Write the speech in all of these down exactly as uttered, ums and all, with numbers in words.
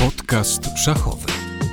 Podcast szachowy.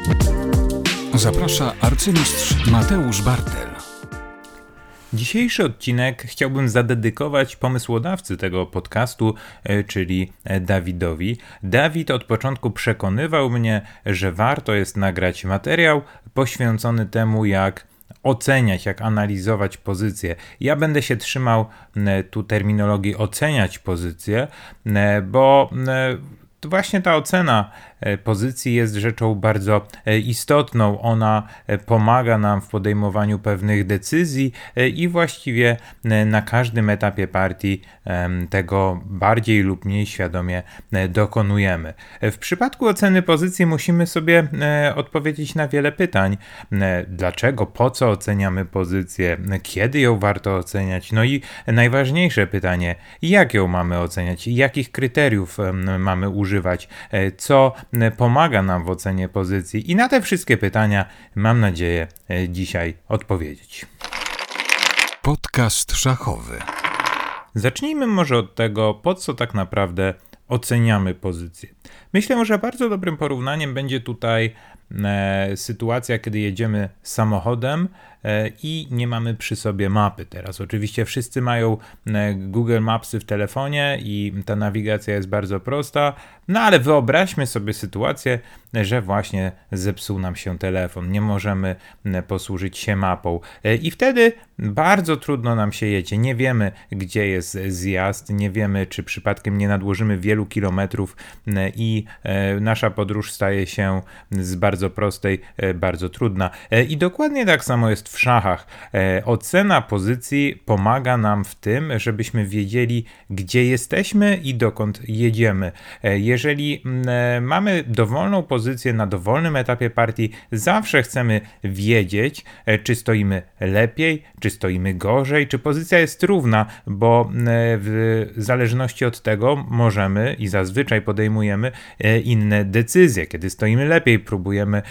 Zaprasza arcymistrz Mateusz Bartel. Dzisiejszy odcinek chciałbym zadedykować pomysłodawcy tego podcastu, czyli Dawidowi. Dawid od początku przekonywał mnie, że warto jest nagrać materiał poświęcony temu, jak oceniać, jak analizować pozycje. Ja będę się trzymał tu terminologii oceniać pozycje, bo to właśnie ta ocena pozycji jest rzeczą bardzo istotną. Ona pomaga nam w podejmowaniu pewnych decyzji i właściwie na każdym etapie partii tego bardziej lub mniej świadomie dokonujemy. W przypadku oceny pozycji musimy sobie odpowiedzieć na wiele pytań. Dlaczego, po co oceniamy pozycję, kiedy ją warto oceniać? No i najważniejsze pytanie, jak ją mamy oceniać? Jakich kryteriów mamy używać? Co pomaga nam w ocenie pozycji? I na te wszystkie pytania mam nadzieję dzisiaj odpowiedzieć. Podcast szachowy. Zacznijmy może od tego, po co tak naprawdę oceniamy pozycję. Myślę, że bardzo dobrym porównaniem będzie tutaj e, sytuacja, kiedy jedziemy samochodem e, i nie mamy przy sobie mapy. Teraz oczywiście wszyscy mają e, Google Mapsy w telefonie i ta nawigacja jest bardzo prosta, no ale wyobraźmy sobie sytuację, że właśnie zepsuł nam się telefon, nie możemy e, posłużyć się mapą e, i wtedy bardzo trudno nam się jedzie, nie wiemy, gdzie jest zjazd, nie wiemy, czy przypadkiem nie nadłożymy wielu kilometrów e, i e, nasza podróż staje się z bardzo prostej, e, bardzo trudna. E, I dokładnie tak samo jest w szachach. E, ocena pozycji pomaga nam w tym, żebyśmy wiedzieli, gdzie jesteśmy i dokąd jedziemy. E, jeżeli e, mamy dowolną pozycję na dowolnym etapie partii, zawsze chcemy wiedzieć, e, czy stoimy lepiej, czy stoimy gorzej, czy pozycja jest równa, bo e, w zależności od tego możemy i zazwyczaj podejmujemy e, inne decyzje. Kiedy stoimy lepiej, próbujemy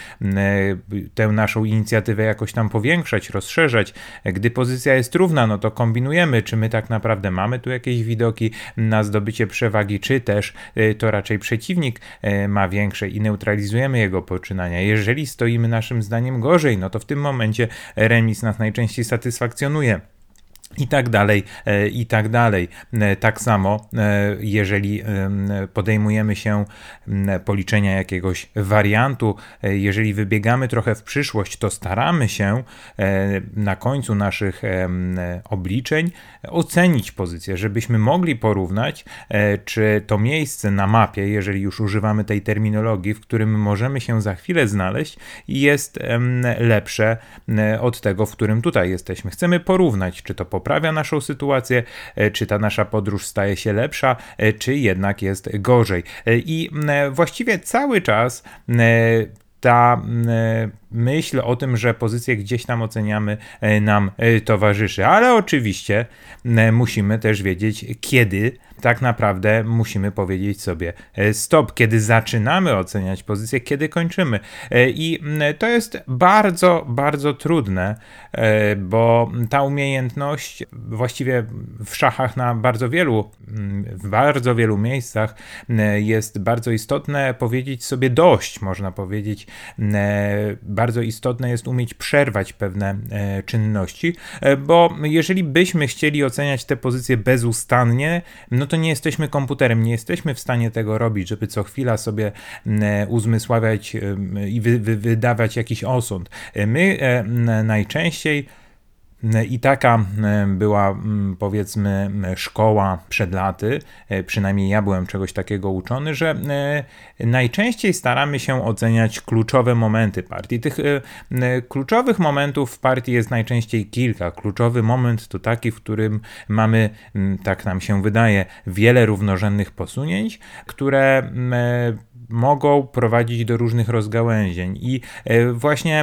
tę naszą inicjatywę jakoś tam powiększać, rozszerzać. Gdy pozycja jest równa, no to kombinujemy, czy my tak naprawdę mamy tu jakieś widoki na zdobycie przewagi, czy też to raczej przeciwnik ma większe i neutralizujemy jego poczynania. Jeżeli stoimy naszym zdaniem gorzej, no to w tym momencie remis nas najczęściej satysfakcjonuje. I tak dalej, i tak dalej. Tak samo, jeżeli podejmujemy się policzenia jakiegoś wariantu, jeżeli wybiegamy trochę w przyszłość, to staramy się na końcu naszych obliczeń ocenić pozycję, żebyśmy mogli porównać, czy to miejsce na mapie, jeżeli już używamy tej terminologii, w którym możemy się za chwilę znaleźć, jest lepsze od tego, w którym tutaj jesteśmy. Chcemy porównać, czy to poprawia naszą sytuację, czy ta nasza podróż staje się lepsza, czy jednak jest gorzej. I właściwie cały czas ta myśl o tym, że pozycję gdzieś tam oceniamy, nam towarzyszy. Ale oczywiście musimy też wiedzieć, kiedy tak naprawdę musimy powiedzieć sobie stop, kiedy zaczynamy oceniać pozycję, kiedy kończymy. I to jest bardzo, bardzo trudne, bo ta umiejętność właściwie w szachach na bardzo wielu, w bardzo wielu miejscach jest bardzo istotne powiedzieć sobie dość, można powiedzieć. Bardzo istotne jest umieć przerwać pewne czynności, bo jeżeli byśmy chcieli oceniać tę pozycję bezustannie, no to nie jesteśmy komputerem, nie jesteśmy w stanie tego robić, żeby co chwila sobie uzmysławiać i wy, wy, wydawać jakiś osąd. My najczęściej i taka była, powiedzmy, szkoła przed laty, przynajmniej ja byłem czegoś takiego uczony, że najczęściej staramy się oceniać kluczowe momenty partii. Tych kluczowych momentów w partii jest najczęściej kilka. Kluczowy moment to taki, w którym mamy, tak nam się wydaje, wiele równorzędnych posunięć, które mogą prowadzić do różnych rozgałęzień. I właśnie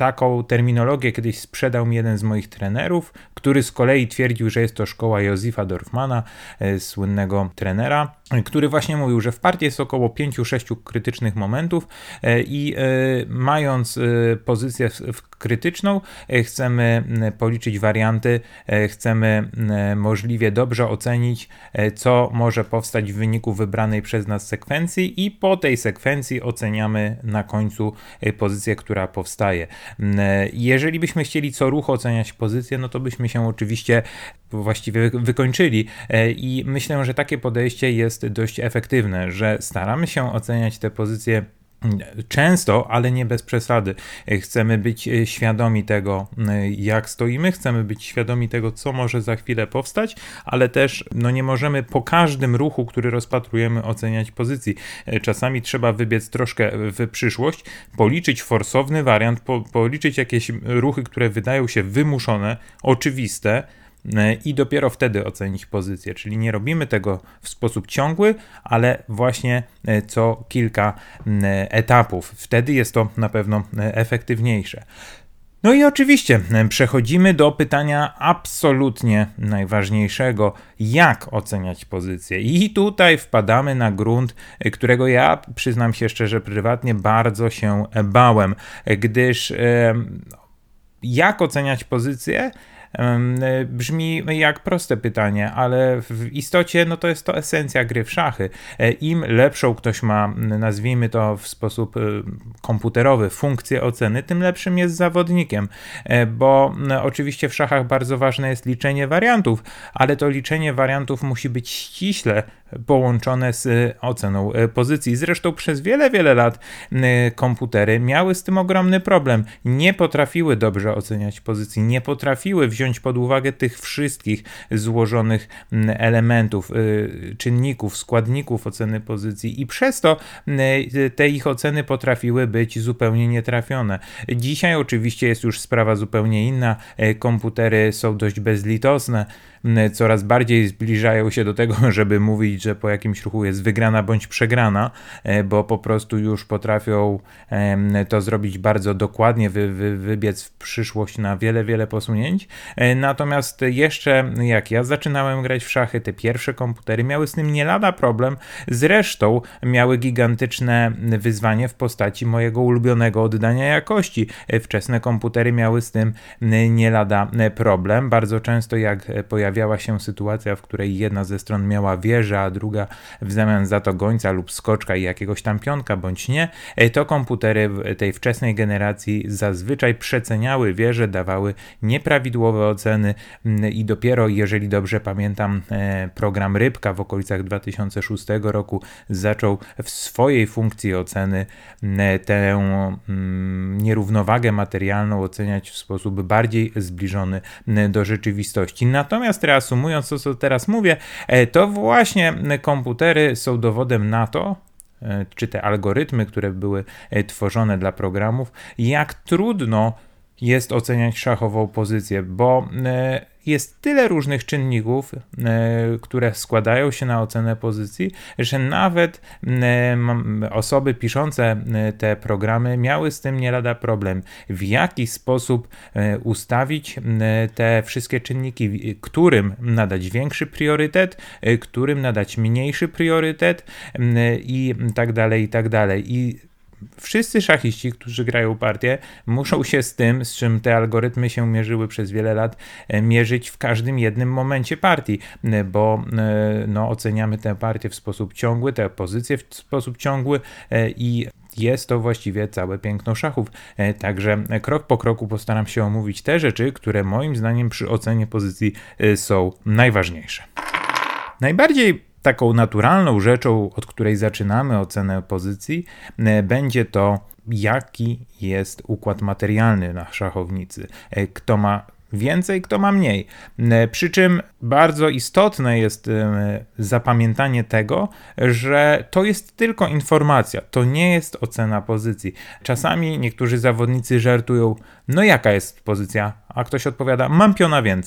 taką terminologię kiedyś sprzedał mi jeden z moich trenerów, który z kolei twierdził, że jest to szkoła Josefa Dorfmana, słynnego trenera, który właśnie mówił, że w partii jest około pięciu sześciu krytycznych momentów i mając pozycję krytyczną, chcemy policzyć warianty, chcemy możliwie dobrze ocenić, co może powstać w wyniku wybranej przez nas sekwencji i po tej sekwencji oceniamy na końcu pozycję, która powstaje. Jeżeli byśmy chcieli co ruch oceniać pozycję, no to byśmy się oczywiście właściwie wykończyli i myślę, że takie podejście jest dość efektywne, że staramy się oceniać te pozycje często, ale nie bez przesady. Chcemy być świadomi tego, jak stoimy, chcemy być świadomi tego, co może za chwilę powstać, ale też no, nie możemy po każdym ruchu, który rozpatrujemy, oceniać pozycji. Czasami trzeba wybiec troszkę w przyszłość, policzyć forsowny wariant, po, policzyć jakieś ruchy, które wydają się wymuszone, oczywiste, i dopiero wtedy ocenić pozycję, czyli nie robimy tego w sposób ciągły, ale właśnie co kilka etapów. Wtedy jest to na pewno efektywniejsze. No i oczywiście przechodzimy do pytania absolutnie najważniejszego, jak oceniać pozycję. I tutaj wpadamy na grunt, którego ja, przyznam się szczerze, prywatnie bardzo się bałem, gdyż jak oceniać pozycję brzmi jak proste pytanie, ale w istocie no to jest to esencja gry w szachy. Im lepszą ktoś ma, nazwijmy to w sposób komputerowy, funkcję oceny, tym lepszym jest zawodnikiem, bo oczywiście w szachach bardzo ważne jest liczenie wariantów, ale to liczenie wariantów musi być ściśle połączone z oceną pozycji. Zresztą przez wiele, wiele lat komputery miały z tym ogromny problem. Nie potrafiły dobrze oceniać pozycji, nie potrafiły wziąć pod uwagę tych wszystkich złożonych elementów, czynników, składników oceny pozycji i przez to te ich oceny potrafiły być zupełnie nietrafione. Dzisiaj oczywiście jest już sprawa zupełnie inna. Komputery są dość bezlitosne, coraz bardziej zbliżają się do tego, żeby mówić, że po jakimś ruchu jest wygrana bądź przegrana, bo po prostu już potrafią to zrobić bardzo dokładnie, wy, wy, wybiec w przyszłość na wiele, wiele posunięć. Natomiast jeszcze jak ja zaczynałem grać w szachy, te pierwsze komputery miały z tym nie lada problem, zresztą miały gigantyczne wyzwanie w postaci mojego ulubionego oddania jakości. Wczesne komputery miały z tym nie lada problem. Bardzo często jak pojawiała się sytuacja, w której jedna ze stron miała wieżę, a druga w zamian za to gońca lub skoczka i jakiegoś tam pionka bądź nie, to komputery tej wczesnej generacji zazwyczaj przeceniały wieżę, dawały nieprawidłowe oceny i dopiero, jeżeli dobrze pamiętam, program Rybka w okolicach dwa tysiące szóstego roku zaczął w swojej funkcji oceny tę nierównowagę materialną oceniać w sposób bardziej zbliżony do rzeczywistości. Natomiast reasumując to, co teraz mówię, to właśnie komputery są dowodem na to, czy te algorytmy, które były tworzone dla programów, jak trudno jest oceniać szachową pozycję, bo jest tyle różnych czynników, które składają się na ocenę pozycji, że nawet osoby piszące te programy miały z tym nie lada problem. W jaki sposób ustawić te wszystkie czynniki, którym nadać większy priorytet, którym nadać mniejszy priorytet i tak dalej, i tak dalej. I wszyscy szachiści, którzy grają partię, muszą się z tym, z czym te algorytmy się mierzyły przez wiele lat, mierzyć w każdym jednym momencie partii, bo no, oceniamy tę partię w sposób ciągły, tę pozycję w sposób ciągły i jest to właściwie całe piękno szachów. Także krok po kroku postaram się omówić te rzeczy, które moim zdaniem przy ocenie pozycji są najważniejsze. Najbardziej taką naturalną rzeczą, od której zaczynamy ocenę pozycji, będzie to, jaki jest układ materialny na szachownicy. Kto ma więcej, kto ma mniej. Przy czym bardzo istotne jest zapamiętanie tego, że to jest tylko informacja, to nie jest ocena pozycji. Czasami niektórzy zawodnicy żartują, no jaka jest pozycja? A ktoś odpowiada, mam piona więcej.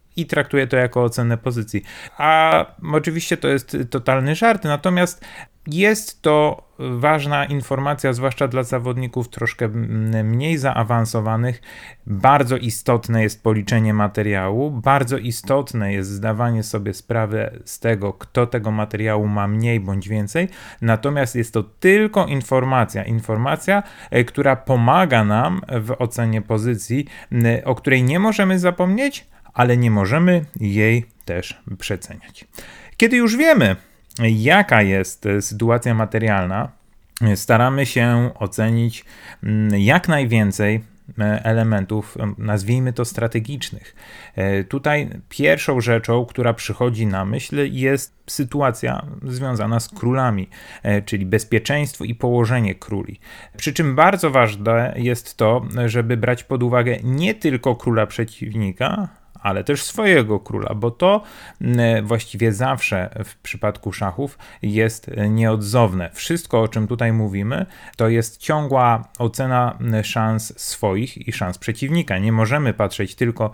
i traktuję to jako ocenę pozycji. A oczywiście to jest totalny żart, natomiast jest to ważna informacja, zwłaszcza dla zawodników troszkę mniej zaawansowanych. Bardzo istotne jest policzenie materiału, bardzo istotne jest zdawanie sobie sprawy z tego, kto tego materiału ma mniej bądź więcej, natomiast jest to tylko informacja, informacja, która pomaga nam w ocenie pozycji, o której nie możemy zapomnieć, ale nie możemy jej też przeceniać. Kiedy już wiemy, jaka jest sytuacja materialna, staramy się ocenić jak najwięcej elementów, nazwijmy to strategicznych. Tutaj pierwszą rzeczą, która przychodzi na myśl, jest sytuacja związana z królami, czyli bezpieczeństwo i położenie króli. Przy czym bardzo ważne jest to, żeby brać pod uwagę nie tylko króla przeciwnika, ale też swojego króla, bo to właściwie zawsze w przypadku szachów jest nieodzowne. Wszystko, o czym tutaj mówimy, to jest ciągła ocena szans swoich i szans przeciwnika. Nie możemy patrzeć tylko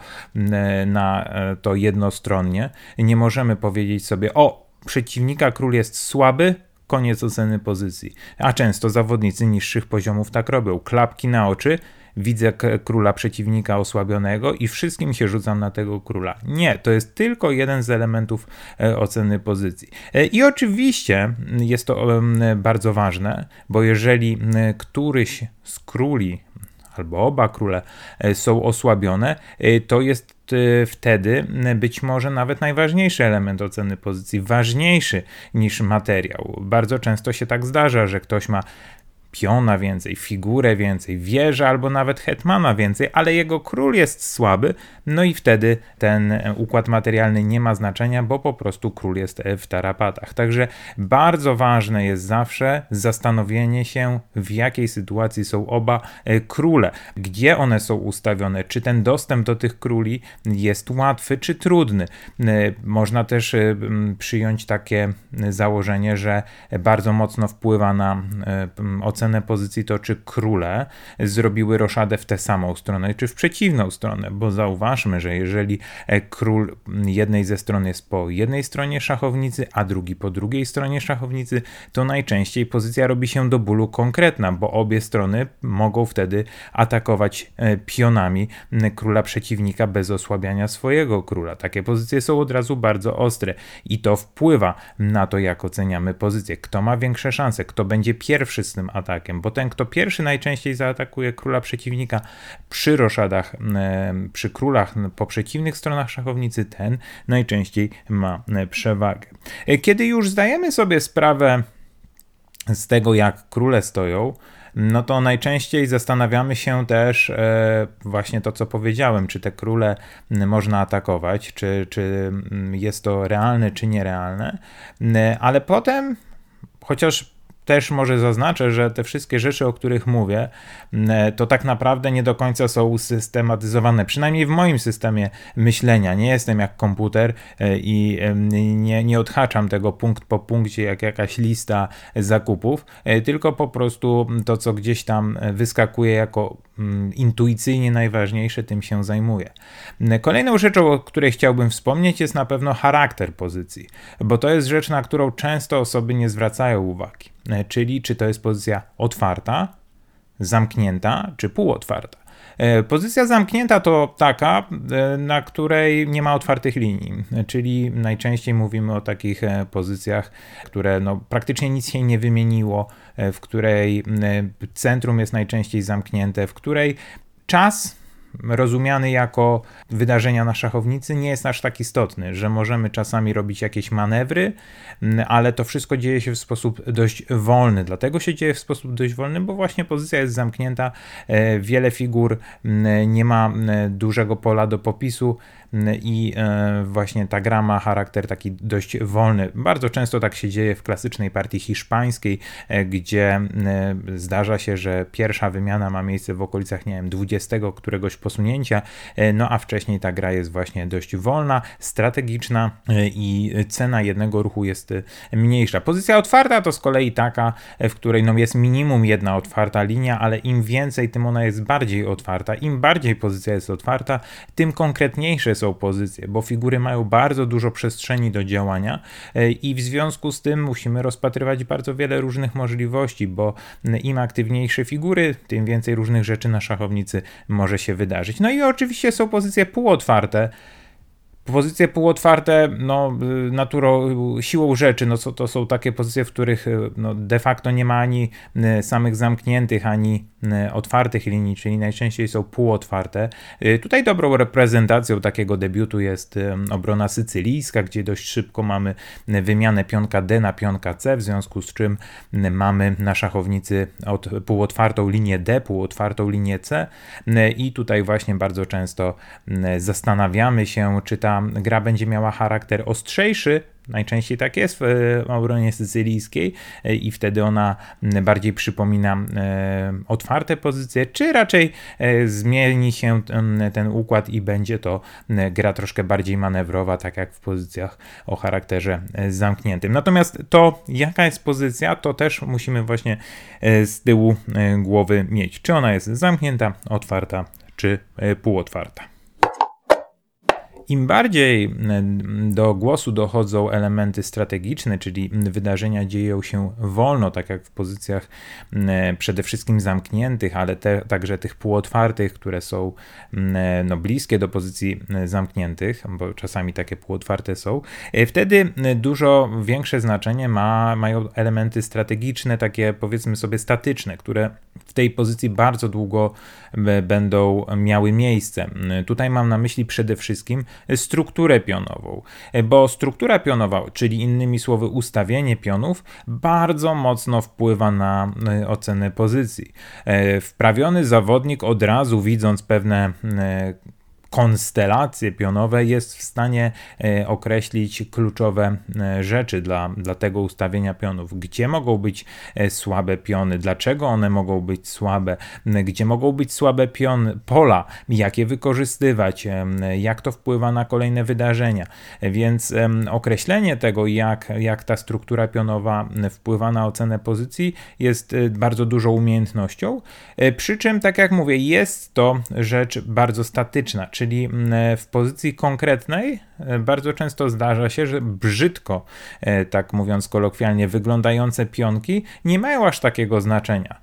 na to jednostronnie. Nie możemy powiedzieć sobie, o, przeciwnika król jest słaby, koniec oceny pozycji. A często zawodnicy niższych poziomów tak robią. Klapki na oczy, widzę króla przeciwnika osłabionego i wszystkim się rzucam na tego króla. Nie, to jest tylko jeden z elementów oceny pozycji. I oczywiście jest to bardzo ważne, bo jeżeli któryś z króli albo oba króle są osłabione, to jest wtedy być może nawet najważniejszy element oceny pozycji, ważniejszy niż materiał. Bardzo często się tak zdarza, że ktoś ma piona więcej, figurę więcej, wieżę albo nawet hetmana więcej, ale jego król jest słaby, no i wtedy ten układ materialny nie ma znaczenia, bo po prostu król jest w tarapatach. Także bardzo ważne jest zawsze zastanowienie się, w jakiej sytuacji są oba króle, gdzie one są ustawione, czy ten dostęp do tych króli jest łatwy, czy trudny. Można też przyjąć takie założenie, że bardzo mocno wpływa na ocenę pozycji to, czy króle zrobiły roszadę w tę samą stronę, czy w przeciwną stronę, bo zauważmy, że jeżeli król jednej ze stron jest po jednej stronie szachownicy, a drugi po drugiej stronie szachownicy, to najczęściej pozycja robi się do bólu konkretna, bo obie strony mogą wtedy atakować pionami króla przeciwnika bez osłabiania swojego króla. Takie pozycje są od razu bardzo ostre i to wpływa na to, jak oceniamy pozycję. Kto ma większe szanse, kto będzie pierwszy z tym atakiem, bo ten, kto pierwszy najczęściej zaatakuje króla przeciwnika przy roszadach, przy królach po przeciwnych stronach szachownicy, ten najczęściej ma przewagę. Kiedy już zdajemy sobie sprawę z tego, jak króle stoją, no to najczęściej zastanawiamy się też e, właśnie to, co powiedziałem, czy te króle można atakować, czy, czy jest to realne, czy nierealne, ale potem, chociaż też może zaznaczę, że te wszystkie rzeczy, o których mówię, to tak naprawdę nie do końca są systematyzowane, przynajmniej w moim systemie myślenia. Nie jestem jak komputer i nie, nie odhaczam tego punkt po punkcie jak jakaś lista zakupów, tylko po prostu to, co gdzieś tam wyskakuje jako intuicyjnie najważniejsze, tym się zajmuję. Kolejną rzeczą, o której chciałbym wspomnieć, jest na pewno charakter pozycji, bo to jest rzecz, na którą często osoby nie zwracają uwagi. Czyli czy to jest pozycja otwarta, zamknięta, czy półotwarta. Pozycja zamknięta to taka, na której nie ma otwartych linii, czyli najczęściej mówimy o takich pozycjach, które no, praktycznie nic się nie wymieniło, w której centrum jest najczęściej zamknięte, w której czas rozumiany jako wydarzenia na szachownicy nie jest aż tak istotny, że możemy czasami robić jakieś manewry, ale to wszystko dzieje się w sposób dość wolny. Dlatego się dzieje w sposób dość wolny, bo właśnie pozycja jest zamknięta, wiele figur nie ma dużego pola do popisu i właśnie ta gra ma charakter taki dość wolny. Bardzo często tak się dzieje w klasycznej partii hiszpańskiej, gdzie zdarza się, że pierwsza wymiana ma miejsce w okolicach, nie wiem, dwudziestego któregoś posunięcia, no a wcześniej ta gra jest właśnie dość wolna, strategiczna i cena jednego ruchu jest mniejsza. Pozycja otwarta to z kolei taka, w której no jest minimum jedna otwarta linia, ale im więcej, tym ona jest bardziej otwarta. Im bardziej pozycja jest otwarta, tym konkretniejsze są pozycje, bo figury mają bardzo dużo przestrzeni do działania i w związku z tym musimy rozpatrywać bardzo wiele różnych możliwości, bo im aktywniejsze figury, tym więcej różnych rzeczy na szachownicy może się wydarzyć. No i oczywiście są pozycje półotwarte. Pozycje półotwarte, no, naturą, siłą rzeczy, no, to są takie pozycje, w których no, de facto nie ma ani samych zamkniętych, ani otwartych linii, czyli najczęściej są półotwarte. Tutaj dobrą reprezentacją takiego debiutu jest obrona sycylijska, gdzie dość szybko mamy wymianę pionka D na pionka C, w związku z czym mamy na szachownicy od, półotwartą linię D, półotwartą linię C i tutaj właśnie bardzo często zastanawiamy się, czy ta gra będzie miała charakter ostrzejszy. Najczęściej tak jest w obronie sycylijskiej i wtedy ona bardziej przypomina otwarte pozycje, czy raczej zmieni się ten układ i będzie to gra troszkę bardziej manewrowa, tak jak w pozycjach o charakterze zamkniętym. Natomiast to, jaka jest pozycja, to też musimy właśnie z tyłu głowy mieć. Czy ona jest zamknięta, otwarta, czy półotwarta. Im bardziej do głosu dochodzą elementy strategiczne, czyli wydarzenia dzieją się wolno, tak jak w pozycjach przede wszystkim zamkniętych, ale te, także tych półotwartych, które są no, bliskie do pozycji zamkniętych, bo czasami takie półotwarte są, wtedy dużo większe znaczenie ma, mają elementy strategiczne, takie powiedzmy sobie statyczne, które w tej pozycji bardzo długo będą miały miejsce. Tutaj mam na myśli przede wszystkim strukturę pionową, bo struktura pionowa, czyli innymi słowy ustawienie pionów, bardzo mocno wpływa na ocenę pozycji. Wprawiony zawodnik od razu, widząc pewne konstelacje pionowe, jest w stanie określić kluczowe rzeczy dla, dla tego ustawienia pionów. Gdzie mogą być słabe piony, dlaczego one mogą być słabe, gdzie mogą być słabe piony, pola, jak je wykorzystywać, jak to wpływa na kolejne wydarzenia. Więc określenie tego, jak, jak ta struktura pionowa wpływa na ocenę pozycji, jest bardzo dużą umiejętnością. Przy czym, tak jak mówię, jest to rzecz bardzo statyczna, czyli w pozycji konkretnej bardzo często zdarza się, że brzydko, tak mówiąc kolokwialnie, wyglądające pionki nie mają aż takiego znaczenia.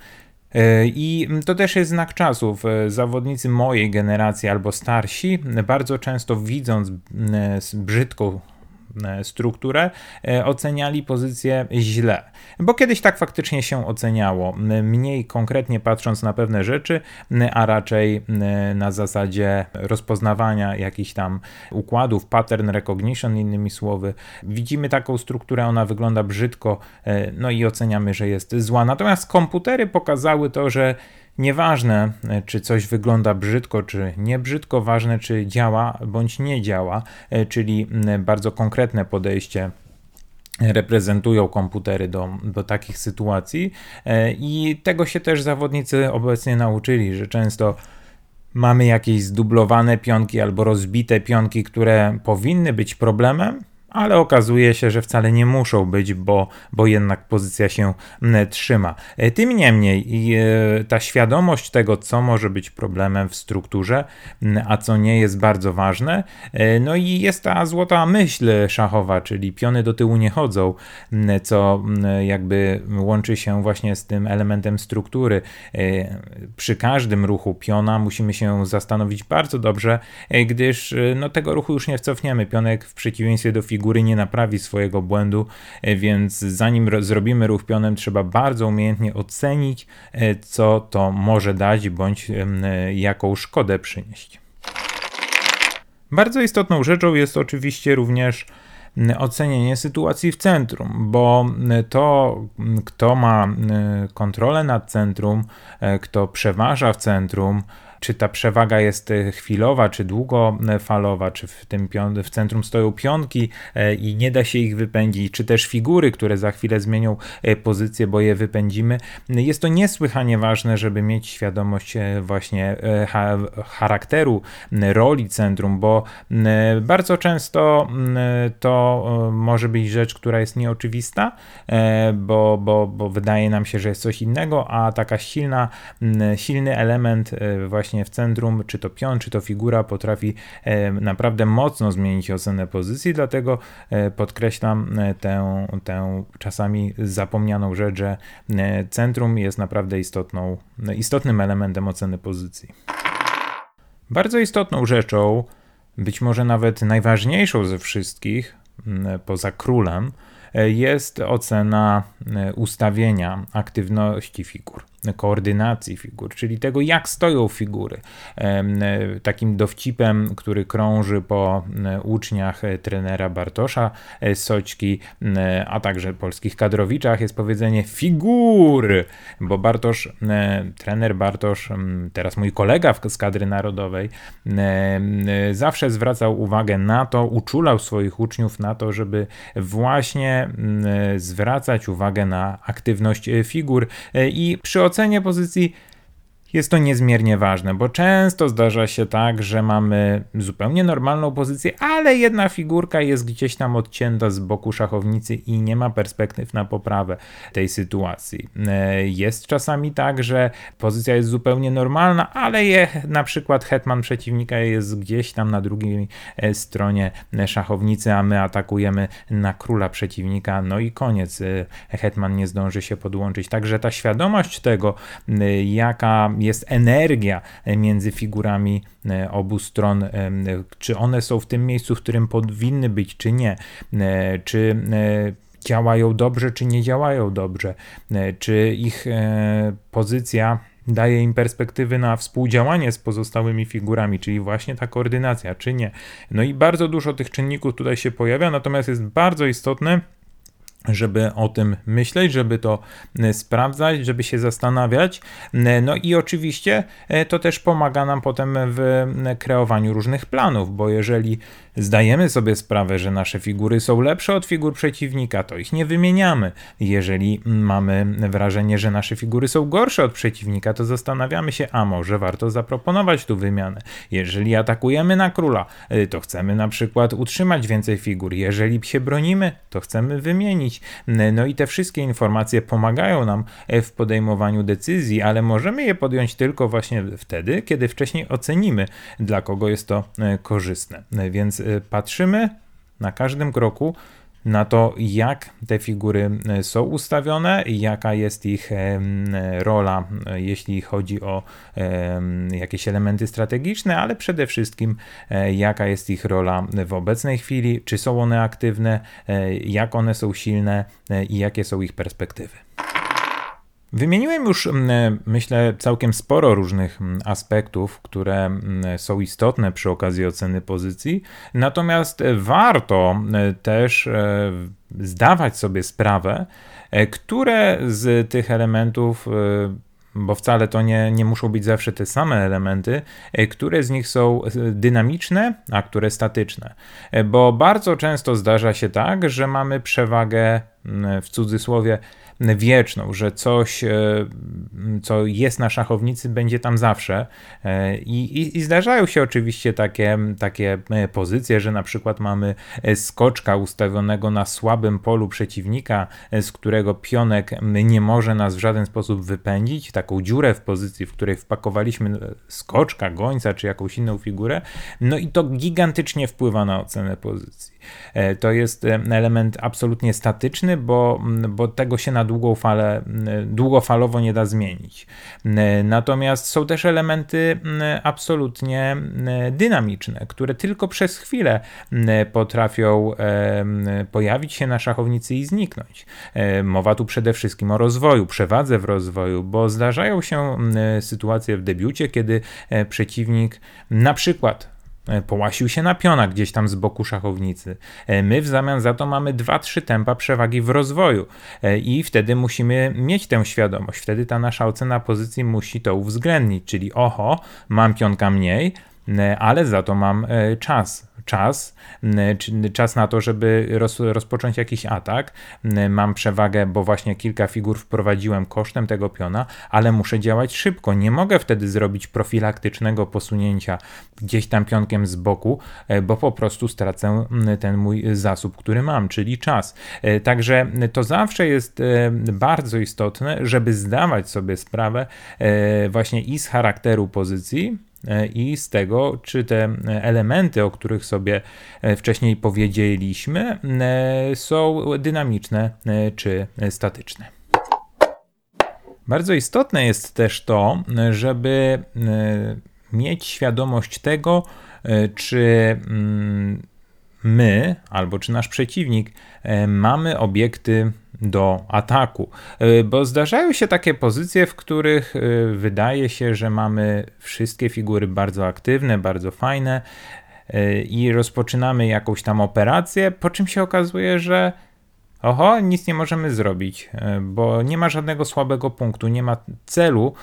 I to też jest znak czasów. Zawodnicy mojej generacji albo starsi bardzo często, widząc brzydką strukturę, oceniali pozycję źle. Bo kiedyś tak faktycznie się oceniało. Mniej konkretnie patrząc na pewne rzeczy, a raczej na zasadzie rozpoznawania jakichś tam układów, pattern recognition, innymi słowy. Widzimy taką strukturę, ona wygląda brzydko, no i oceniamy, że jest zła. Natomiast komputery pokazały to, że nieważne, czy coś wygląda brzydko, czy nie brzydko, ważne, czy działa, bądź nie działa, czyli bardzo konkretne podejście reprezentują komputery do, do takich sytuacji i tego się też zawodnicy obecnie nauczyli, że często mamy jakieś zdublowane pionki albo rozbite pionki, które powinny być problemem, ale okazuje się, że wcale nie muszą być, bo, bo jednak pozycja się trzyma. Tym niemniej ta świadomość tego, co może być problemem w strukturze, a co nie, jest bardzo ważne. No i jest ta złota myśl szachowa, czyli piony do tyłu nie chodzą, co jakby łączy się właśnie z tym elementem struktury. Przy każdym ruchu piona musimy się zastanowić bardzo dobrze, gdyż no, tego ruchu już nie cofniemy. Pionek w przeciwieństwie do figury góry nie naprawi swojego błędu, więc zanim zrobimy ruch pionem, trzeba bardzo umiejętnie ocenić, co to może dać, bądź jaką szkodę przynieść. Bardzo istotną rzeczą jest oczywiście również ocenienie sytuacji w centrum, bo to, kto ma kontrolę nad centrum, kto przeważa w centrum, czy ta przewaga jest chwilowa, czy długofalowa, czy w tym pion- w centrum stoją pionki i nie da się ich wypędzić, czy też figury, które za chwilę zmienią pozycję, bo je wypędzimy. Jest to niesłychanie ważne, żeby mieć świadomość właśnie ha- charakteru, roli centrum, bo bardzo często to może być rzecz, która jest nieoczywista, bo, bo, bo wydaje nam się, że jest coś innego, a taka silna, silny element właśnie w centrum, czy to pion, czy to figura potrafi naprawdę mocno zmienić ocenę pozycji, dlatego podkreślam tę, tę czasami zapomnianą rzecz, że centrum jest naprawdę istotną, istotnym elementem oceny pozycji. Bardzo istotną rzeczą, być może nawet najważniejszą ze wszystkich, poza królem, jest ocena ustawienia aktywności figur, koordynacji figur, czyli tego, jak stoją figury. Takim dowcipem, który krąży po uczniach trenera Bartosza Soćki, a także polskich kadrowiczach, jest powiedzenie figury, bo Bartosz, trener Bartosz, teraz mój kolega z kadry narodowej, zawsze zwracał uwagę na to, uczulał swoich uczniów na to, żeby właśnie zwracać uwagę na aktywność figur i przy ocenie pozycji jest to niezmiernie ważne, bo często zdarza się tak, że mamy zupełnie normalną pozycję, ale jedna figurka jest gdzieś tam odcięta z boku szachownicy i nie ma perspektyw na poprawę tej sytuacji. Jest czasami tak, że pozycja jest zupełnie normalna, ale je, na przykład hetman przeciwnika jest gdzieś tam na drugiej stronie szachownicy, a my atakujemy na króla przeciwnika, no i koniec. Hetman nie zdąży się podłączyć. Także ta świadomość tego, jaka jest energia między figurami obu stron, czy one są w tym miejscu, w którym powinny być, czy nie, czy działają dobrze, czy nie działają dobrze, czy ich pozycja daje im perspektywy na współdziałanie z pozostałymi figurami, czyli właśnie ta koordynacja, czy nie. No i bardzo dużo tych czynników tutaj się pojawia, natomiast jest bardzo istotne, żeby o tym myśleć, żeby to sprawdzać, żeby się zastanawiać. No i oczywiście to też pomaga nam potem w kreowaniu różnych planów, bo jeżeli zdajemy sobie sprawę, że nasze figury są lepsze od figur przeciwnika, to ich nie wymieniamy. Jeżeli mamy wrażenie, że nasze figury są gorsze od przeciwnika, to zastanawiamy się, a może warto zaproponować tu wymianę. Jeżeli atakujemy na króla, to chcemy na przykład utrzymać więcej figur. Jeżeli się bronimy, to chcemy wymienić. No i te wszystkie informacje pomagają nam w podejmowaniu decyzji, ale możemy je podjąć tylko właśnie wtedy, kiedy wcześniej ocenimy, dla kogo jest to korzystne. Więc patrzymy na każdym kroku na to, jak te figury są ustawione, jaka jest ich rola, jeśli chodzi o jakieś elementy strategiczne, ale przede wszystkim jaka jest ich rola w obecnej chwili, czy są one aktywne, jak one są silne i jakie są ich perspektywy. Wymieniłem już, myślę, całkiem sporo różnych aspektów, które są istotne przy okazji oceny pozycji, natomiast warto też zdawać sobie sprawę, które z tych elementów, bo wcale to nie, nie muszą być zawsze te same elementy, które z nich są dynamiczne, a które statyczne. Bo bardzo często zdarza się tak, że mamy przewagę, w cudzysłowie, wieczną, że coś, co jest na szachownicy, będzie tam zawsze. I, i, i zdarzają się oczywiście takie, takie pozycje, że na przykład mamy skoczka ustawionego na słabym polu przeciwnika, z którego pionek nie może nas w żaden sposób wypędzić, taką dziurę w pozycji, w której wpakowaliśmy skoczka, gońca czy jakąś inną figurę, no i to gigantycznie wpływa na ocenę pozycji. To jest element absolutnie statyczny, bo, bo tego się na długą falę, długofalowo nie da zmienić. Natomiast są też elementy absolutnie dynamiczne, które tylko przez chwilę potrafią pojawić się na szachownicy i zniknąć. Mowa tu przede wszystkim o rozwoju, przewadze w rozwoju, bo zdarzają się sytuacje w debiucie, kiedy przeciwnik na przykład połasił się na piona gdzieś tam z boku szachownicy. My w zamian za to mamy dwa trzy tempa przewagi w rozwoju i wtedy musimy mieć tę świadomość. Wtedy ta nasza ocena pozycji musi to uwzględnić, czyli oho, mam pionka mniej, ale za to mam czas. Czas, czas na to, żeby roz, rozpocząć jakiś atak. Mam przewagę, bo właśnie kilka figur wprowadziłem kosztem tego piona, ale muszę działać szybko. Nie mogę wtedy zrobić profilaktycznego posunięcia gdzieś tam pionkiem z boku, bo po prostu stracę ten mój zasób, który mam, czyli czas. Także to zawsze jest bardzo istotne, żeby zdawać sobie sprawę właśnie i z charakteru pozycji, i z tego, czy te elementy, o których sobie wcześniej powiedzieliśmy, są dynamiczne czy statyczne. Bardzo istotne jest też to, żeby mieć świadomość tego, czy my albo czy nasz przeciwnik mamy obiekty do ataku, bo zdarzają się takie pozycje, w których wydaje się, że mamy wszystkie figury bardzo aktywne, bardzo fajne i rozpoczynamy jakąś tam operację, po czym się okazuje, że oho, nic nie możemy zrobić, bo nie ma żadnego słabego punktu, nie ma celu,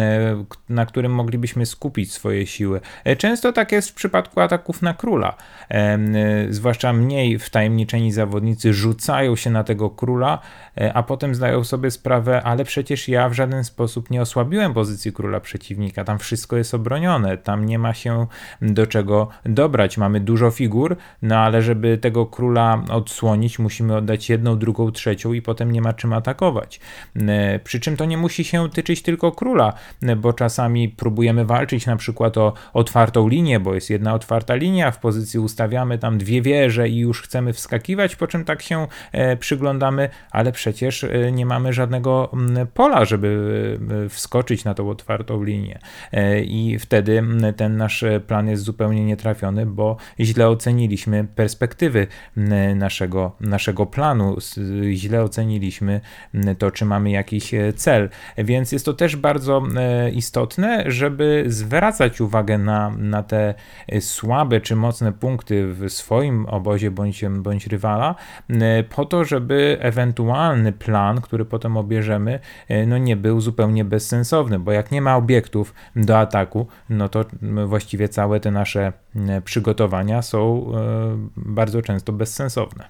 na którym moglibyśmy skupić swoje siły. Często tak jest w przypadku ataków na króla. Zwłaszcza mniej wtajemniczeni zawodnicy rzucają się na tego króla, a potem zdają sobie sprawę, ale przecież ja w żaden sposób nie osłabiłem pozycji króla przeciwnika, tam wszystko jest obronione, tam nie ma się do czego dobrać. Mamy dużo figur, no ale żeby tego króla odsłonić, musimy oddać jedną, drugą, trzecią i potem nie ma czym atakować. Przy czym to nie musi się tyczyć tylko króla, bo czasami próbujemy walczyć na przykład o otwartą linię, bo jest jedna otwarta linia, w pozycji ustawiamy tam dwie wieże i już chcemy wskakiwać, po czym tak się przyglądamy, ale przecież nie mamy żadnego pola, żeby wskoczyć na tą otwartą linię. I wtedy ten nasz plan jest zupełnie nietrafiony, bo źle oceniliśmy perspektywy naszego, naszego planu, źle oceniliśmy to, czy mamy jakiś cel. Więc jest to też bardzo istotne, żeby zwracać uwagę na, na te słabe czy mocne punkty w swoim obozie bądź, bądź rywala, po to, żeby ewentualny plan, który potem obierzemy, no nie był zupełnie bezsensowny, bo jak nie ma obiektów do ataku, no to właściwie całe te nasze przygotowania są bardzo często bezsensowne.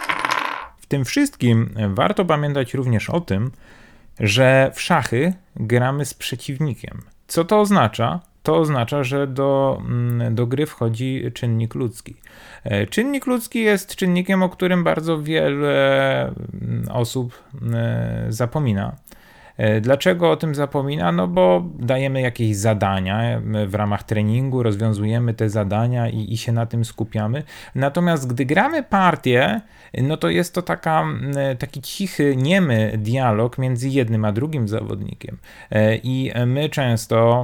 W tym wszystkim warto pamiętać również o tym, że w szachy gramy z przeciwnikiem. Co to oznacza? To oznacza, że do, do gry wchodzi czynnik ludzki. Czynnik ludzki jest czynnikiem, o którym bardzo wiele osób zapomina. Dlaczego o tym zapomina? No bo dajemy jakieś zadania w ramach treningu, rozwiązujemy te zadania i, i się na tym skupiamy. Natomiast gdy gramy partię, no to jest to taka, taki cichy, niemy dialog między jednym a drugim zawodnikiem. I my często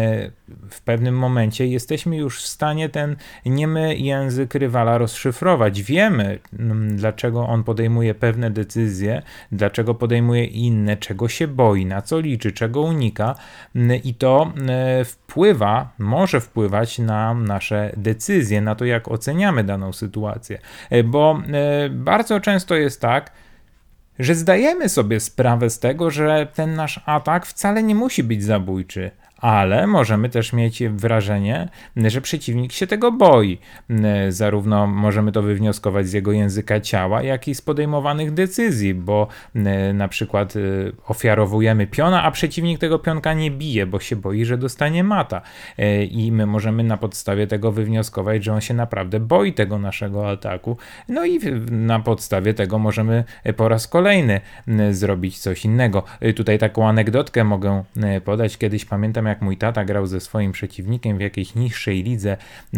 w pewnym momencie jesteśmy już w stanie ten niemy język rywala rozszyfrować. Wiemy, dlaczego on podejmuje pewne decyzje, dlaczego podejmuje inne, czego się boi, na co liczy, czego unika i to wpływa, może wpływać na nasze decyzje, na to, jak oceniamy daną sytuację. Bo bardzo często jest tak, że zdajemy sobie sprawę z tego, że ten nasz atak wcale nie musi być zabójczy. Ale możemy też mieć wrażenie, że przeciwnik się tego boi. Zarówno możemy to wywnioskować z jego języka ciała, jak i z podejmowanych decyzji, bo na przykład ofiarowujemy piona, a przeciwnik tego pionka nie bije, bo się boi, że dostanie mata. I my możemy na podstawie tego wywnioskować, że on się naprawdę boi tego naszego ataku. No i na podstawie tego możemy po raz kolejny zrobić coś innego. Tutaj taką anegdotkę mogę podać. Kiedyś pamiętam, jak mój tata grał ze swoim przeciwnikiem w jakiejś niższej lidze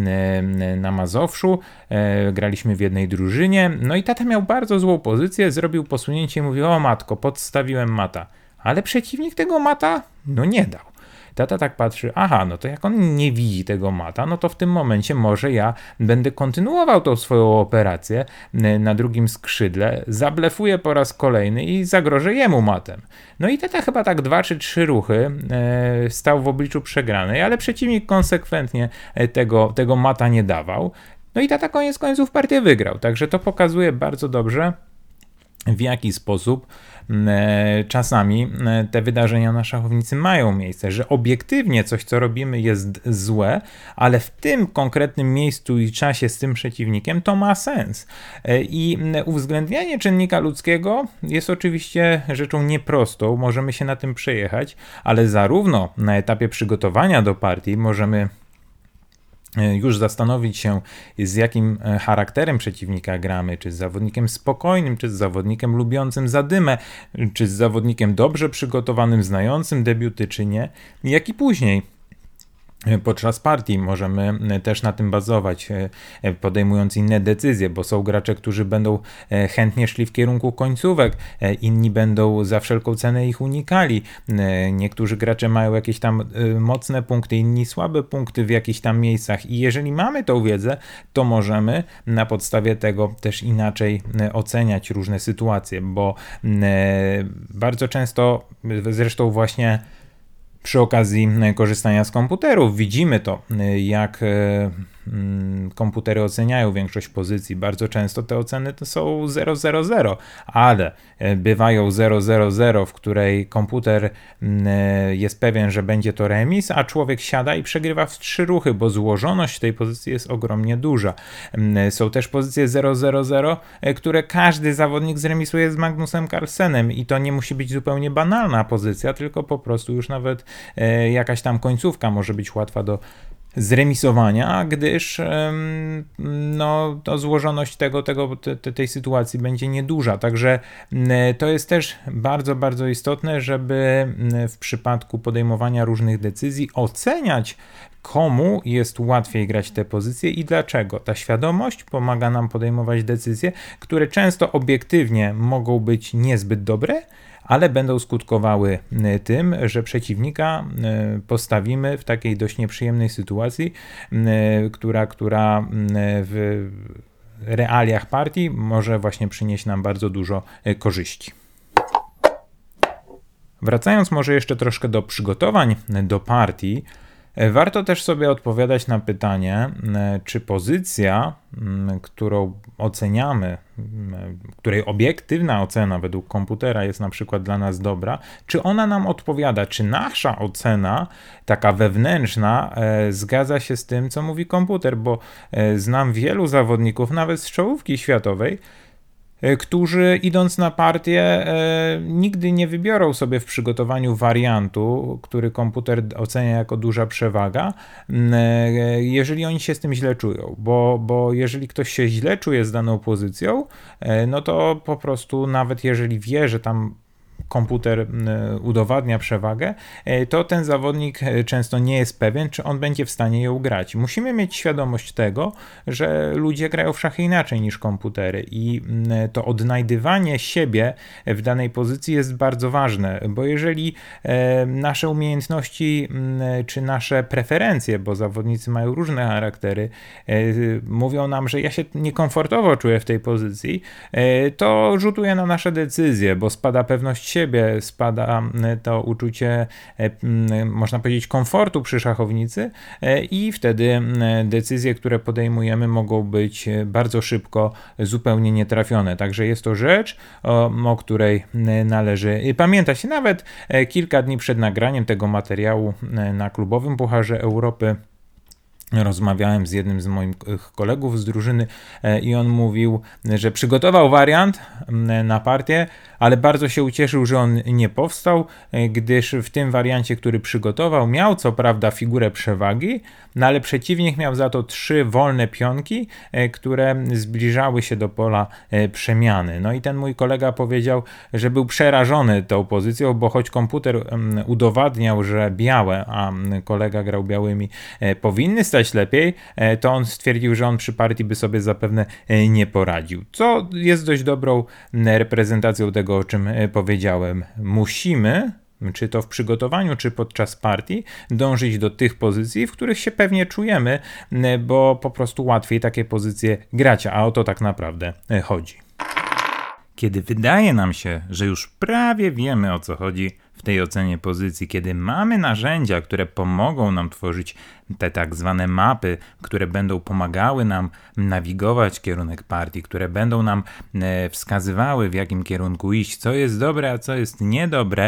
na Mazowszu. Graliśmy w jednej drużynie. No i tata miał bardzo złą pozycję, zrobił posunięcie i mówił: o matko, podstawiłem mata. Ale przeciwnik tego mata no nie dał. Tata tak patrzy, aha, no to jak on nie widzi tego mata, no to w tym momencie może ja będę kontynuował tą swoją operację na drugim skrzydle, zablefuję po raz kolejny i zagrożę jemu matem. No i tata chyba tak dwa czy trzy ruchy e, stał w obliczu przegranej, ale przeciwnik konsekwentnie tego, tego mata nie dawał. No i tata koniec końców partię wygrał, także to pokazuje bardzo dobrze, w jaki sposób e, czasami e, te wydarzenia na szachownicy mają miejsce, że obiektywnie coś, co robimy, jest złe, ale w tym konkretnym miejscu i czasie z tym przeciwnikiem to ma sens. E, I uwzględnianie czynnika ludzkiego jest oczywiście rzeczą nieprostą, możemy się na tym przejechać, ale zarówno na etapie przygotowania do partii możemy już zastanowić się, z jakim charakterem przeciwnika gramy, czy z zawodnikiem spokojnym, czy z zawodnikiem lubiącym zadymę, czy z zawodnikiem dobrze przygotowanym, znającym debiuty, czy nie, jak i później. Podczas partii możemy też na tym bazować, podejmując inne decyzje, bo są gracze, którzy będą chętnie szli w kierunku końcówek, inni będą za wszelką cenę ich unikali. Niektórzy gracze mają jakieś tam mocne punkty, inni słabe punkty w jakichś tam miejscach i jeżeli mamy tą wiedzę, to możemy na podstawie tego też inaczej oceniać różne sytuacje, bo bardzo często, zresztą właśnie przy okazji korzystania z komputerów widzimy to, jak komputery oceniają większość pozycji. Bardzo często te oceny to są zero zero zero, ale bywają zero zero zero, w której komputer jest pewien, że będzie to remis, a człowiek siada i przegrywa w trzy ruchy, bo złożoność tej pozycji jest ogromnie duża. Są też pozycje zero zero zero, które każdy zawodnik zremisuje z Magnusem Carlsenem i to nie musi być zupełnie banalna pozycja, tylko po prostu już nawet jakaś tam końcówka może być łatwa do zremisowania, gdyż no, to złożoność tego, tego, te, tej sytuacji będzie nieduża. Także to jest też bardzo, bardzo istotne, żeby w przypadku podejmowania różnych decyzji oceniać, komu jest łatwiej grać te pozycje i dlaczego. Ta świadomość pomaga nam podejmować decyzje, które często obiektywnie mogą być niezbyt dobre, ale będą skutkowały tym, że przeciwnika postawimy w takiej dość nieprzyjemnej sytuacji, która, która w realiach partii może właśnie przynieść nam bardzo dużo korzyści. Wracając może jeszcze troszkę do przygotowań do partii, warto też sobie odpowiadać na pytanie, czy pozycja, którą oceniamy, której obiektywna ocena według komputera jest na przykład dla nas dobra, czy ona nam odpowiada, czy nasza ocena, taka wewnętrzna, zgadza się z tym, co mówi komputer, bo znam wielu zawodników, nawet z czołówki światowej, którzy idąc na partię e, nigdy nie wybiorą sobie w przygotowaniu wariantu, który komputer ocenia jako duża przewaga, e, jeżeli oni się z tym źle czują, bo, bo jeżeli ktoś się źle czuje z daną pozycją, e, no to po prostu nawet jeżeli wie, że tam komputer udowadnia przewagę, to ten zawodnik często nie jest pewien, czy on będzie w stanie ją grać. Musimy mieć świadomość tego, że ludzie grają w szachy inaczej niż komputery i to odnajdywanie siebie w danej pozycji jest bardzo ważne, bo jeżeli nasze umiejętności czy nasze preferencje, bo zawodnicy mają różne charaktery, mówią nam, że ja się niekomfortowo czuję w tej pozycji, to rzutuje na nasze decyzje, bo spada pewność siebie, spada to uczucie, można powiedzieć, komfortu przy szachownicy i wtedy decyzje, które podejmujemy, mogą być bardzo szybko zupełnie nietrafione. Także jest to rzecz, o, o której należy pamiętać. Nawet kilka dni przed nagraniem tego materiału na klubowym Pucharze Europy rozmawiałem z jednym z moich kolegów z drużyny i on mówił, że przygotował wariant na partię, ale bardzo się ucieszył, że on nie powstał, gdyż w tym wariancie, który przygotował, miał co prawda figurę przewagi, no ale przeciwnik miał za to trzy wolne pionki, które zbliżały się do pola przemiany. No i ten mój kolega powiedział, że był przerażony tą pozycją, bo choć komputer udowadniał, że białe, a kolega grał białymi, powinny stać lepiej, to on stwierdził, że on przy partii by sobie zapewne nie poradził. Co jest dość dobrą reprezentacją tego, o czym powiedziałem. Musimy czy to w przygotowaniu, czy podczas partii, dążyć do tych pozycji, w których się pewnie czujemy, bo po prostu łatwiej takie pozycje grać, a o to tak naprawdę chodzi. Kiedy wydaje nam się, że już prawie wiemy, o co chodzi w tej ocenie pozycji, kiedy mamy narzędzia, które pomogą nam tworzyć te tak zwane mapy, które będą pomagały nam nawigować kierunek partii, które będą nam e, wskazywały, w jakim kierunku iść, co jest dobre, a co jest niedobre,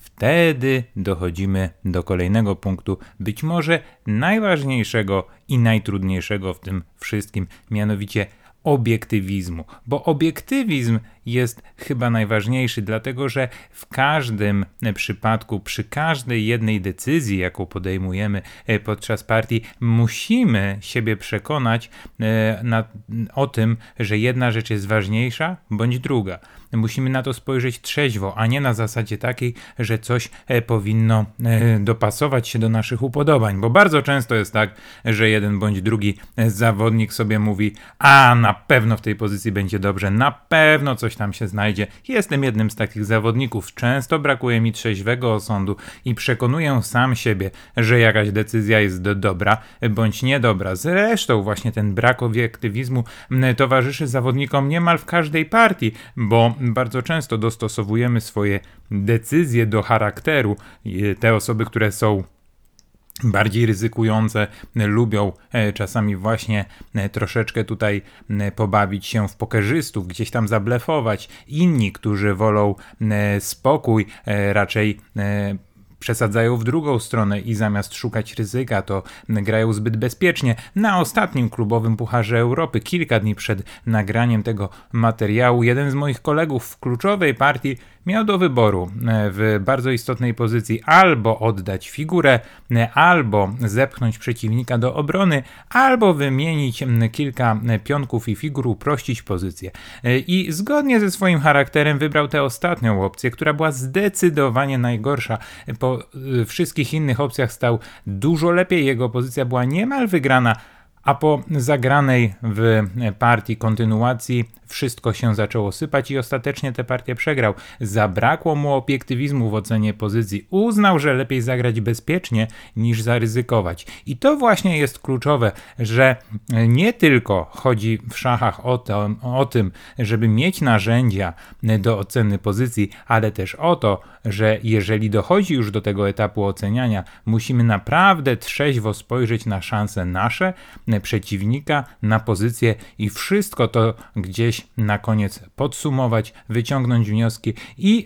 wtedy dochodzimy do kolejnego punktu, być może najważniejszego i najtrudniejszego w tym wszystkim, mianowicie obiektywizmu, bo obiektywizm jest chyba najważniejszy, dlatego że w każdym przypadku, przy każdej jednej decyzji, jaką podejmujemy podczas partii, musimy siebie przekonać na, o tym, że jedna rzecz jest ważniejsza bądź druga. Musimy na to spojrzeć trzeźwo, a nie na zasadzie takiej, że coś powinno dopasować się do naszych upodobań, bo bardzo często jest tak, że jeden bądź drugi zawodnik sobie mówi, a na pewno w tej pozycji będzie dobrze, na pewno coś tam się znajdzie. Jestem jednym z takich zawodników. Często brakuje mi trzeźwego osądu i przekonuję sam siebie, że jakaś decyzja jest dobra bądź niedobra. Zresztą właśnie ten brak obiektywizmu towarzyszy zawodnikom niemal w każdej partii, bo bardzo często dostosowujemy swoje decyzje do charakteru. Te osoby, które są bardziej ryzykujące, lubią czasami właśnie troszeczkę tutaj pobawić się w pokerzystów, gdzieś tam zablefować. Inni, którzy wolą spokój, raczej przesadzają w drugą stronę i zamiast szukać ryzyka, to grają zbyt bezpiecznie. Na ostatnim klubowym Pucharze Europy, kilka dni przed nagraniem tego materiału, jeden z moich kolegów w kluczowej partii miał do wyboru w bardzo istotnej pozycji albo oddać figurę, albo zepchnąć przeciwnika do obrony, albo wymienić kilka pionków i figur, uprościć pozycję. I zgodnie ze swoim charakterem wybrał tę ostatnią opcję, która była zdecydowanie najgorsza. Po wszystkich innych opcjach stał dużo lepiej, jego pozycja była niemal wygrana, a po zagranej w partii kontynuacji wszystko się zaczęło sypać i ostatecznie tę partię przegrał. Zabrakło mu obiektywizmu w ocenie pozycji. Uznał, że lepiej zagrać bezpiecznie niż zaryzykować. I to właśnie jest kluczowe, że nie tylko chodzi w szachach o, to, o tym, żeby mieć narzędzia do oceny pozycji, ale też o to, że jeżeli dochodzi już do tego etapu oceniania, musimy naprawdę trzeźwo spojrzeć na szanse nasze, przeciwnika, na pozycję i wszystko to gdzieś na koniec podsumować, wyciągnąć wnioski i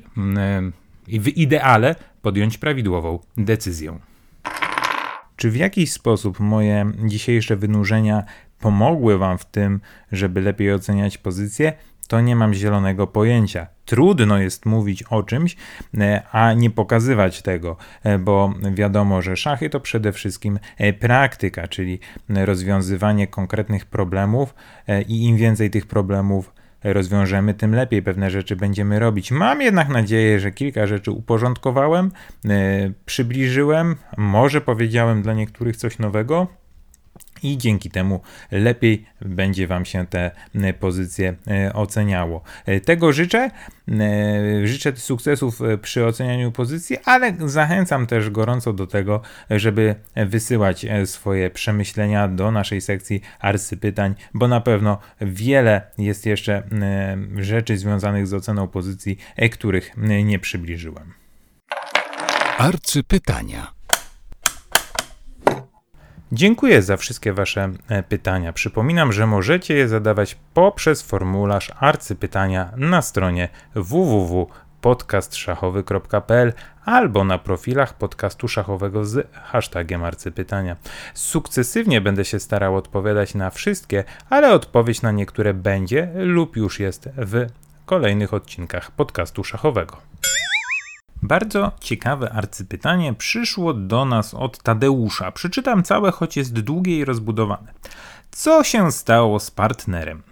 yy, w ideale podjąć prawidłową decyzję. Czy w jakiś sposób moje dzisiejsze wynurzenia pomogły Wam w tym, żeby lepiej oceniać pozycję? To nie mam zielonego pojęcia. Trudno jest mówić o czymś, a nie pokazywać tego, bo wiadomo, że szachy to przede wszystkim praktyka, czyli rozwiązywanie konkretnych problemów i im więcej tych problemów rozwiążemy, tym lepiej pewne rzeczy będziemy robić. Mam jednak nadzieję, że kilka rzeczy uporządkowałem, przybliżyłem, może powiedziałem dla niektórych coś nowego, i dzięki temu lepiej będzie Wam się te pozycje oceniało. Tego życzę. Życzę sukcesów przy ocenianiu pozycji, ale zachęcam też gorąco do tego, żeby wysyłać swoje przemyślenia do naszej sekcji arcypytań, bo na pewno wiele jest jeszcze rzeczy związanych z oceną pozycji, których nie przybliżyłem. Arcypytania. Dziękuję za wszystkie Wasze pytania. Przypominam, że możecie je zadawać poprzez formularz arcypytania na stronie w w w kropka podcast szachowy kropka p l albo na profilach podcastu szachowego z hashtagiem arcypytania. Sukcesywnie będę się starał odpowiadać na wszystkie, ale odpowiedź na niektóre będzie lub już jest w kolejnych odcinkach podcastu szachowego. Bardzo ciekawe arcypytanie przyszło do nas od Tadeusza. Przeczytam całe, choć jest długie i rozbudowane. Co się stało z partnerem?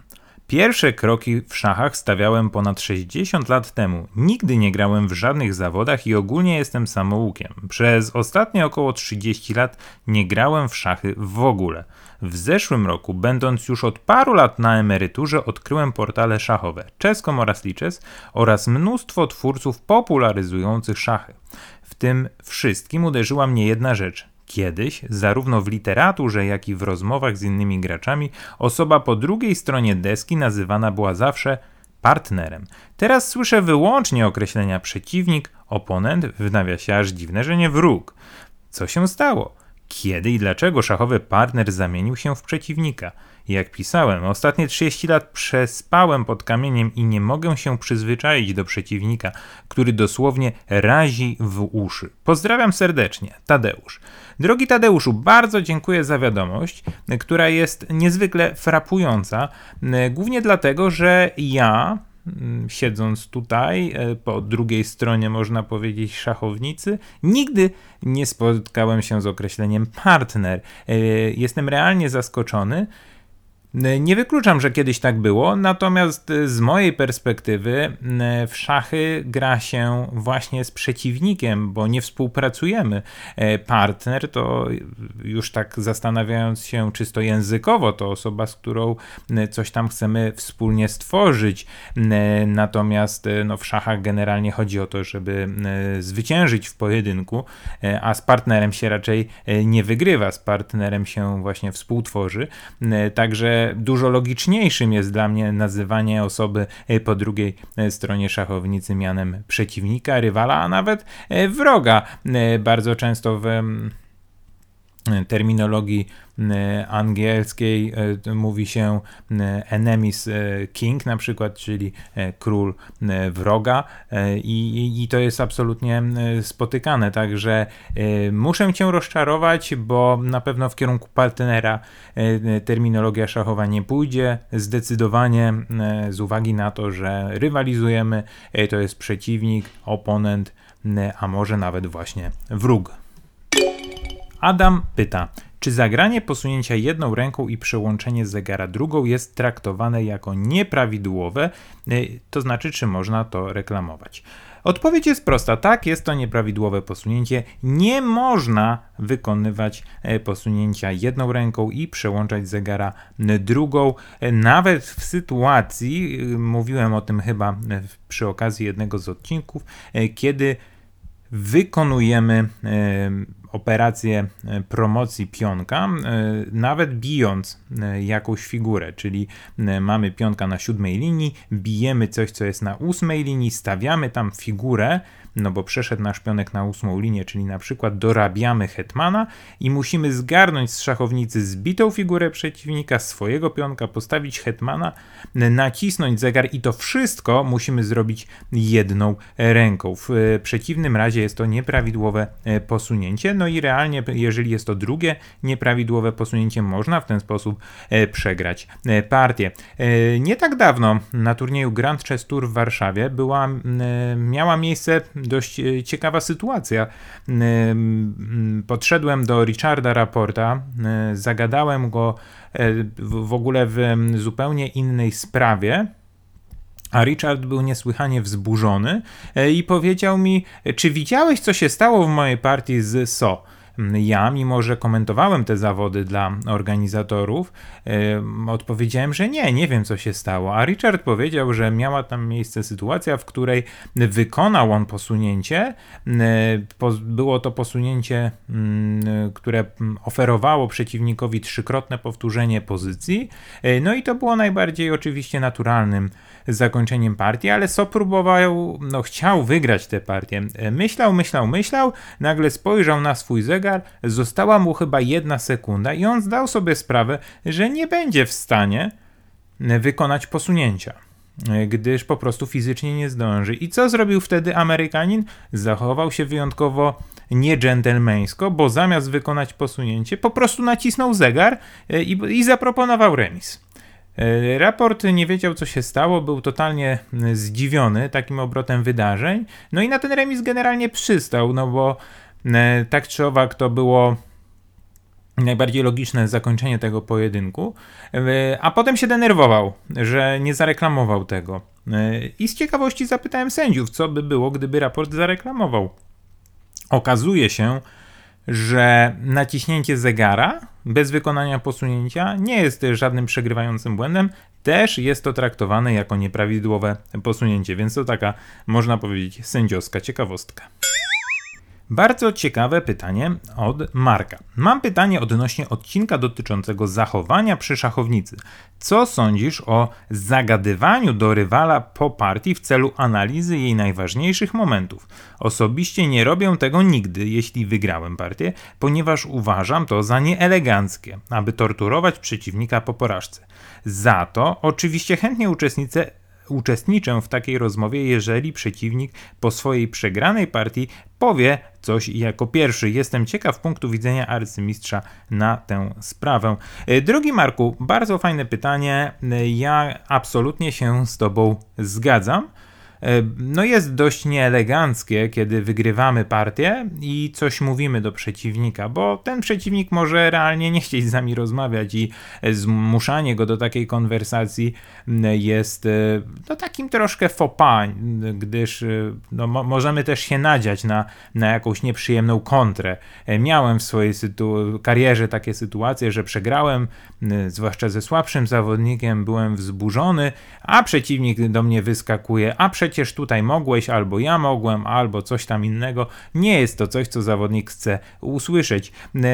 Pierwsze kroki w szachach stawiałem ponad sześćdziesiąt lat temu. Nigdy nie grałem w żadnych zawodach i ogólnie jestem samoukiem. Przez ostatnie około trzydzieści lat nie grałem w szachy w ogóle. W zeszłym roku, będąc już od paru lat na emeryturze, odkryłem portale szachowe Chess.com oraz Lichess oraz mnóstwo twórców popularyzujących szachy. W tym wszystkim uderzyła mnie jedna rzecz. Kiedyś, zarówno w literaturze, jak i w rozmowach z innymi graczami, osoba po drugiej stronie deski nazywana była zawsze partnerem. Teraz słyszę wyłącznie określenia przeciwnik, oponent, w nawiasie aż dziwne, że nie wróg. Co się stało? Kiedy i dlaczego szachowy partner zamienił się w przeciwnika? Jak pisałem, ostatnie trzydzieści lat przespałem pod kamieniem i nie mogę się przyzwyczaić do przeciwnika, który dosłownie razi w uszy. Pozdrawiam serdecznie, Tadeusz. Drogi Tadeuszu, bardzo dziękuję za wiadomość, która jest niezwykle frapująca, głównie dlatego, że ja, siedząc tutaj, po drugiej stronie, można powiedzieć, szachownicy, nigdy nie spotkałem się z określeniem partner. Jestem realnie zaskoczony. Nie wykluczam, że kiedyś tak było, natomiast z mojej perspektywy w szachy gra się właśnie z przeciwnikiem, bo nie współpracujemy. Partner to, już tak zastanawiając się czysto językowo, to osoba, z którą coś tam chcemy wspólnie stworzyć. Natomiast no, w szachach generalnie chodzi o to, żeby zwyciężyć w pojedynku, a z partnerem się raczej nie wygrywa, z partnerem się właśnie współtworzy. Także dużo logiczniejszym jest dla mnie nazywanie osoby po drugiej stronie szachownicy mianem przeciwnika, rywala, a nawet wroga. Bardzo często w terminologii angielskiej mówi się enemies king na przykład, czyli król wroga i, i to jest absolutnie spotykane, także muszę cię rozczarować, bo na pewno w kierunku partnera terminologia szachowa nie pójdzie, zdecydowanie z uwagi na to, że rywalizujemy, to jest przeciwnik, oponent, a może nawet właśnie wróg. Adam pyta, czy zagranie posunięcia jedną ręką i przełączenie zegara drugą jest traktowane jako nieprawidłowe, to znaczy, czy można to reklamować? Odpowiedź jest prosta, tak, jest to nieprawidłowe posunięcie, nie można wykonywać posunięcia jedną ręką i przełączać zegara drugą, nawet w sytuacji, mówiłem o tym chyba przy okazji jednego z odcinków, kiedy wykonujemy operację promocji pionka, nawet bijąc jakąś figurę, czyli mamy pionka na siódmej linii, bijemy coś, co jest na ósmej linii, stawiamy tam figurę, no bo przeszedł nasz pionek na ósmą linię, czyli na przykład dorabiamy hetmana i musimy zgarnąć z szachownicy zbitą figurę przeciwnika, swojego pionka, postawić hetmana, nacisnąć zegar i to wszystko musimy zrobić jedną ręką. W przeciwnym razie jest to nieprawidłowe posunięcie, no i realnie, jeżeli jest to drugie nieprawidłowe posunięcie, można w ten sposób przegrać partię. Nie tak dawno na turnieju Grand Chess Tour w Warszawie była, miała miejsce dość ciekawa sytuacja. Podszedłem do Richarda Rapporta, zagadałem go w ogóle w zupełnie innej sprawie, a Richard był niesłychanie wzburzony i powiedział mi, czy widziałeś, co się stało w mojej partii z So? Ja, mimo że komentowałem te zawody dla organizatorów, yy, odpowiedziałem, że nie, nie wiem, co się stało. A Richard powiedział, że miała tam miejsce sytuacja, w której wykonał on posunięcie. Yy, po, było to posunięcie, yy, które oferowało przeciwnikowi trzykrotne powtórzenie pozycji. Yy, no i to było najbardziej oczywiście naturalnym zakończeniem partii, ale So próbował, no chciał wygrać tę partię. Myślał, myślał, myślał, nagle spojrzał na swój zegar, została mu chyba jedna sekunda i on zdał sobie sprawę, że nie będzie w stanie wykonać posunięcia, gdyż po prostu fizycznie nie zdąży. I co zrobił wtedy Amerykanin? Zachował się wyjątkowo niedżentelmeńsko, bo zamiast wykonać posunięcie, po prostu nacisnął zegar i, i zaproponował remis. Raport nie wiedział, co się stało, był totalnie zdziwiony takim obrotem wydarzeń, no i na ten remis generalnie przystał, no bo tak czy owak to było najbardziej logiczne zakończenie tego pojedynku, a potem się denerwował, że nie zareklamował tego. I z ciekawości zapytałem sędziów, co by było, gdyby raport zareklamował. Okazuje się, że naciśnięcie zegara bez wykonania posunięcia nie jest żadnym przegrywającym błędem, też jest to traktowane jako nieprawidłowe posunięcie, więc to taka, można powiedzieć, sędziowska ciekawostka. Bardzo ciekawe pytanie od Marka. Mam pytanie odnośnie odcinka dotyczącego zachowania przy szachownicy. Co sądzisz o zagadywaniu do rywala po partii w celu analizy jej najważniejszych momentów? Osobiście nie robię tego nigdy, jeśli wygrałem partię, ponieważ uważam to za nieeleganckie, aby torturować przeciwnika po porażce. Za to oczywiście chętnie uczestniczę Uczestniczę w takiej rozmowie, jeżeli przeciwnik po swojej przegranej partii powie coś jako pierwszy. Jestem ciekaw punktu widzenia arcymistrza na tę sprawę. Drogi Marku, bardzo fajne pytanie. Ja absolutnie się z Tobą zgadzam. No jest dość nieeleganckie, kiedy wygrywamy partię i coś mówimy do przeciwnika, bo ten przeciwnik może realnie nie chcieć z nami rozmawiać i zmuszanie go do takiej konwersacji jest no, takim troszkę faux pas, gdyż no, mo- możemy też się nadziać na, na jakąś nieprzyjemną kontrę. Miałem w swojej sytu- karierze takie sytuacje, że przegrałem, zwłaszcza ze słabszym zawodnikiem, byłem wzburzony, a przeciwnik do mnie wyskakuje, a przeciwnik przecież tutaj mogłeś, albo ja mogłem, albo coś tam innego. Nie jest to coś, co zawodnik chce usłyszeć.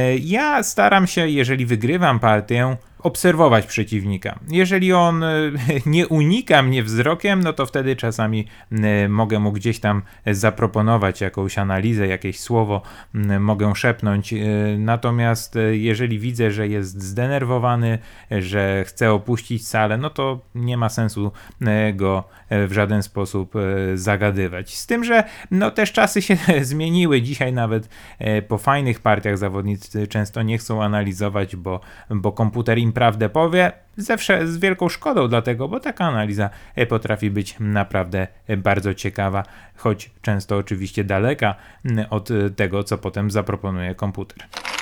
Ja staram się, jeżeli wygrywam partię, obserwować przeciwnika. Jeżeli on nie unika mnie wzrokiem, no to wtedy czasami mogę mu gdzieś tam zaproponować jakąś analizę, jakieś słowo, mogę szepnąć. Natomiast jeżeli widzę, że jest zdenerwowany, że chce opuścić salę, no to nie ma sensu go w żaden sposób zagadywać. Z tym, że no też czasy się zmieniły. Dzisiaj nawet po fajnych partiach zawodnicy często nie chcą analizować, bo, bo komputer im prawdę powie, zawsze z wielką szkodą dlatego, bo taka analiza potrafi być naprawdę bardzo ciekawa, choć często oczywiście daleka od tego, co potem zaproponuje komputer.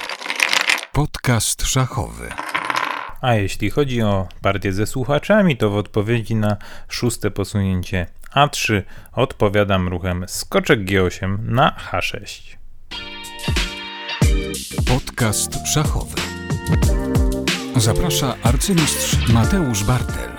Podcast szachowy. A jeśli chodzi o partię ze słuchaczami, to w odpowiedzi na szóste posunięcie A trzy odpowiadam ruchem skoczek G osiem na H sześć. Podcast szachowy. Zaprasza arcymistrz Mateusz Bartel.